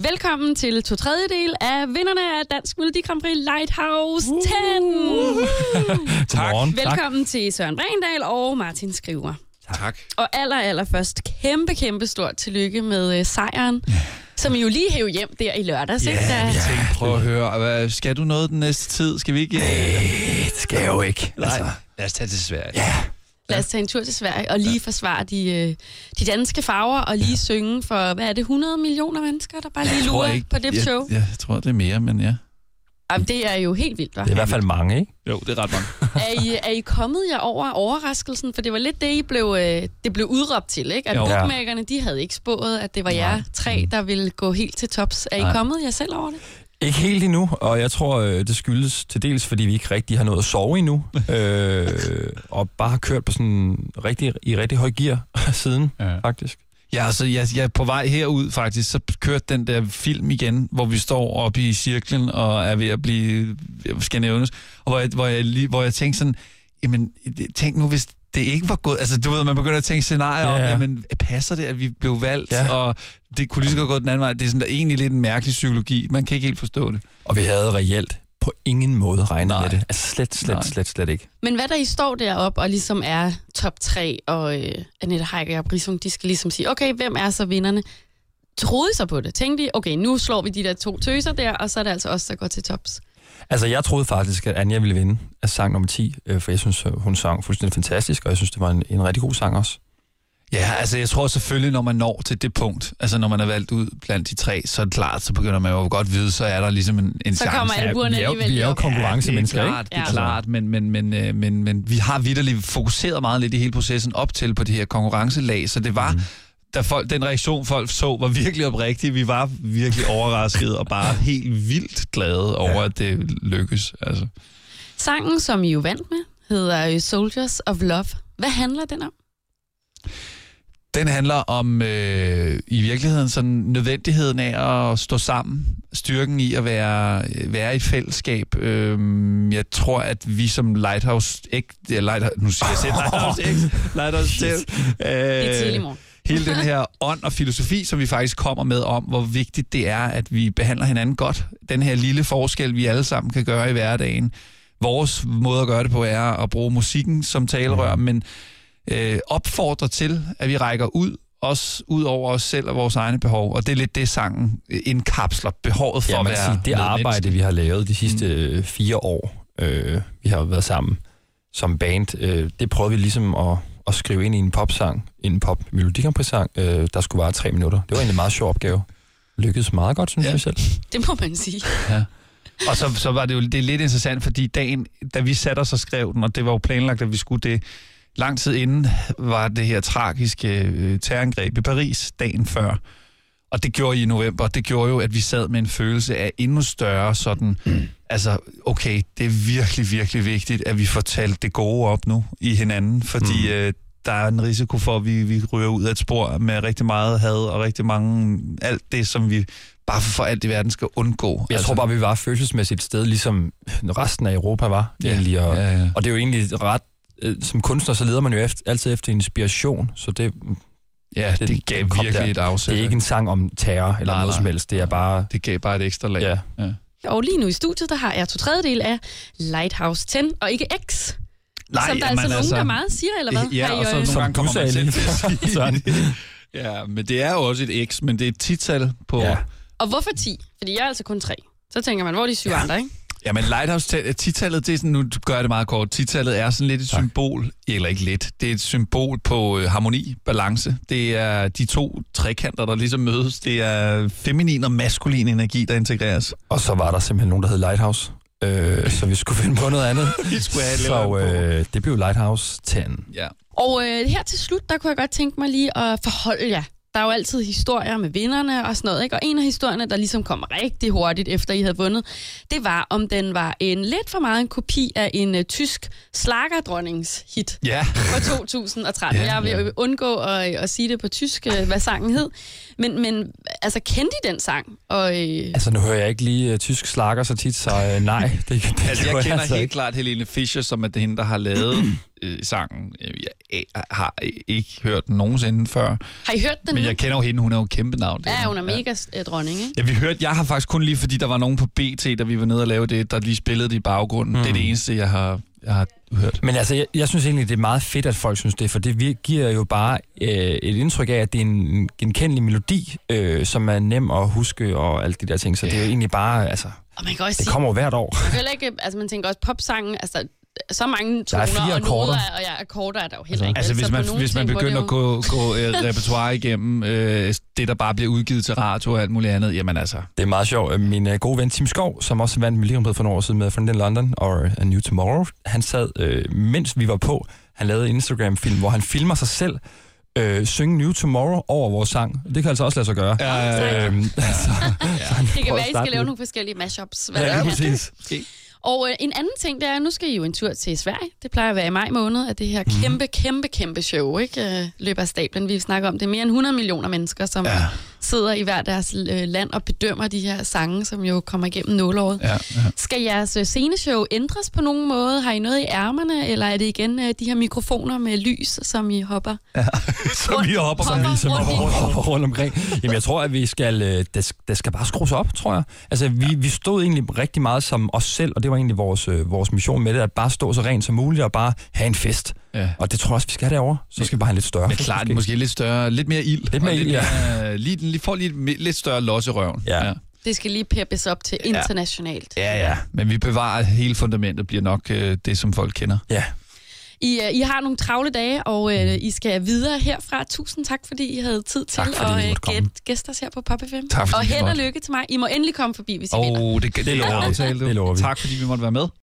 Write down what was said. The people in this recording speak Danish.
Velkommen til 2/3 af vinderne af Dansk Melodi Grand Prix Lighthouse 10. Tak. Velkommen til Søren Bregendahl og Martin Skriver. Tak. Og allerførst kæmpe stort tillykke med sejren, som I jo lige hævde hjem der i lørdags. Ja, ikke? jeg tænkte, prøv at høre. Skal du noget den næste tid? Skal vi ikke? Det skal jeg jo ikke. Nej, lad os tage til Sverige. Ja. Lad os tage en tur til Sverige og lige forsvare de danske farver og lige synge for, hvad er det, 100 millioner mennesker, der bare lige lurer på det show? Jeg tror, det er mere, men ja. Jamen, det er jo helt vildt, hva'? Det er i hvert fald mange, ikke? Jo, det er ret mange. Er I kommet jer over overraskelsen? For det var lidt det, det blev udråbt til, ikke? At bookmakerne, de havde ikke spået, at det var jer tre, der ville gå helt til tops. Er I kommet jer selv over det? Ikke helt endnu, og jeg tror, det skyldes til dels, fordi vi ikke rigtig har noget at sove endnu, og bare har kørt på sådan i rigtig høj gear siden, faktisk. Ja, altså, jeg er på vej herud faktisk, så kørte den der film igen, hvor vi står oppe i cirklen og er ved at blive, skal nævnes, og hvor jeg tænkte sådan, jamen, tænk nu, hvis det ikke var gået, altså du ved, man begynder at tænke scenarier om, jamen, passer det, at vi blev valgt, og det kunne lige så godt gå den anden vej. Det er sådan der egentlig lidt en mærkelig psykologi, man kan ikke helt forstå det. Og vi havde reelt på ingen måde regnet med det. Altså slet ikke. Men hvad der I står deroppe og ligesom er top 3, og Annette Heick og Brisum, de skal ligesom sige, okay, hvem er så vinderne? Troede I så på det? Tænkte I, okay, nu slår vi de der 2 tøser der, og så er det altså os, der går til tops? Altså, jeg troede faktisk, at Anja ville vinde af sang nummer 10, for jeg synes, hun sang fuldstændig fantastisk, og jeg synes, det var en rigtig god sang også. Ja, altså jeg tror selvfølgelig, når man når til det punkt, altså når man er valgt ud blandt de 3, så er det klart, så begynder man jo godt at vide, så er der ligesom en chance. Så kommer albuerne alligevel. Vi er jo konkurrencemennesker, ikke? Det er klart, men vi har vitterligt fokuseret meget lidt i hele processen op til på det her konkurrencelag, så det var, den reaktion folk så, var virkelig oprigtig. Vi var virkelig overrasket og bare helt vildt glade over, at det lykkes. Altså. Sangen, som I jo vandt med, hedder Soldiers of Love. Hvad handler den om? Den handler om i virkeligheden sådan nødvendigheden af at stå sammen, styrken i at være i et fællesskab. Jeg tror, at vi som Lighthouse X, nu siger jeg selv Lighthouse X, Lighthouse 10, det er tidlig morgen. Hele den her ånd og filosofi, som vi faktisk kommer med om, hvor vigtigt det er, at vi behandler hinanden godt. Den her lille forskel, vi alle sammen kan gøre i hverdagen. Vores måde at gøre det på er at bruge musikken som talerør, men opfordrer til, at vi rækker ud, også ud over os selv og vores egne behov. Og det er lidt det, sangen indkapsler behovet for at være sige, det arbejde, vi har lavet de sidste 4 år, vi har været sammen som band, det prøvede vi ligesom at skrive ind i en popsang, en pop-Melodi Grand Prix-sang, der skulle vare 3 minutter. Det var egentlig en meget sjov opgave. Lykkedes meget godt, synes jeg selv. Det må man sige. Ja. Og så var det jo det er lidt interessant, fordi dagen, da vi satte os og skrev den, og det var jo planlagt, at vi skulle det, lang tid inden var det her tragiske terrorangreb i Paris dagen før. Og det gjorde i november, det gjorde jo, at vi sad med en følelse af endnu større sådan, altså okay, det er virkelig, virkelig vigtigt, at vi får talt det gode op nu i hinanden, fordi der er en risiko for, at vi ryger ud af et spor med rigtig meget had og rigtig mange, alt det, som vi bare for alt i verden skal undgå. Jeg tror bare, vi var følelsesmæssigt et sted, ligesom resten af Europa var. Egentlig, og det er jo egentlig ret, som kunstner, så leder man jo altid efter inspiration, så det... Ja, det gav virkelig et afsæt. Det er ikke en sang om terror eller noget som helst, det er bare... Det gav bare et ekstra lag. Ja. Og lige nu i studiet, der har jeg 2/3 af Lighthouse 10, og ikke X. Nej, som der er altså nogen, der meget siger, eller hvad? Ja, og så nogle gange kommer man selv til at sige. Ja, men det er jo også et X, men det er et 10-tal på... Ja. Og hvorfor 10? Fordi jeg er altså kun 3. Så tænker man, hvor er de 7 andre, ikke? Ja, men Lighthouse 10-tallet, det er sådan, nu gør jeg det meget kort, 10-tallet er sådan lidt et symbol, eller ikke lidt, det er et symbol på harmoni, balance. Det er de 2 trekanter, der ligesom mødes. Det er feminin og maskulin energi, der integreres. Og så var der simpelthen nogen, der hed Lighthouse, så vi skulle finde på noget andet. Så det blev Lighthouse 10. Ja. Og her til slut, der kunne jeg godt tænke mig lige at forholde jer. Der er jo altid historier med vinderne og sådan noget, ikke? Og en af historierne, der ligesom kom rigtig hurtigt efter I havde vundet, det var, om den var en lidt for meget en kopi af en tysk schlagerdronningshit fra 2013. Jeg vil undgå at sige det på tysk, hvad sangen hed. Men altså, kendte I den sang? Og, Altså, nu hører jeg ikke lige tysk slager så tit, så nej. Altså, jeg kender helt klart Helene Fischer, som er det hende, der har lavet sangen. Jeg har ikke hørt den nogensinde før. Har I hørt den? Men jeg kender jo hende, hun er jo kæmpe navn. Ja, hun er mega dronning, ikke? Ja, jeg har faktisk kun lige, fordi der var nogen på BT, da vi var nede og lave det, der lige spillede det i baggrunden. Det er det eneste, jeg har hørt. Men altså, jeg synes egentlig, det er meget fedt, at folk synes det, for det giver jo bare et indtryk af, at det er en genkendelig melodi, som er nem at huske og alt de der ting. Så det er jo egentlig bare, altså, og man kan også det kommer jo hvert år. Man tænker også popsangen, altså så mange toner, der er 4 akkorder. Og akkorder er der jo heller ikke. Altså hvis man begynder at gå repertoire igennem det, der bare bliver udgivet til radio og alt muligt andet, jamen altså. Det er meget sjovt. Min gode ven Tim Skov, som også vandt Melodiprisen for nogle år siden med From London og A New Tomorrow, han sad, mens vi var på, han lavede en Instagram-film, hvor han filmer sig selv synge New Tomorrow over vores sang. Det kan altså også lade sig gøre. Det kan være, I skal lave nogle forskellige mashups. Ja, præcis. Og en anden ting, det er, at nu skal I jo en tur til Sverige. Det plejer at være i maj måned, at det her kæmpe show, ikke? Løber af stablen. Vi snakker om, det er mere end 100 millioner mennesker, som sidder i hver deres land og bedømmer de her sange, som jo kommer igennem nåleåret. Ja. Skal jeres sceneshow ændres på nogen måde? Har I noget i ærmerne, eller er det igen de her mikrofoner med lys, som I hopper? Ja, som vi hopper rundt omkring. Jamen, jeg tror, at vi skal, det skal bare skrues op, tror jeg. Altså, vi stod egentlig rigtig meget som os selv, og det var egentlig vores mission med det, at bare stå så rent som muligt og bare have en fest. Ja. Og det tror jeg også, vi skal have derovre. Så skal vi bare have lidt større. Men klart, måske lidt større, lidt mere ild. Lidt mere ild, ja. Får lidt større los i røven. Ja. Det skal lige peppes op til internationalt. Ja. Men vi bevarer hele fundamentet, bliver nok det, som folk kender. Ja. I har nogle travle dage, og I skal videre herfra. Tusind tak, fordi I havde tid til at gæste os her på Pop FM. Tak, og held og lykke til mig. I må endelig komme forbi, hvis I vinder. Det lover vi. Tak, fordi vi måtte være med.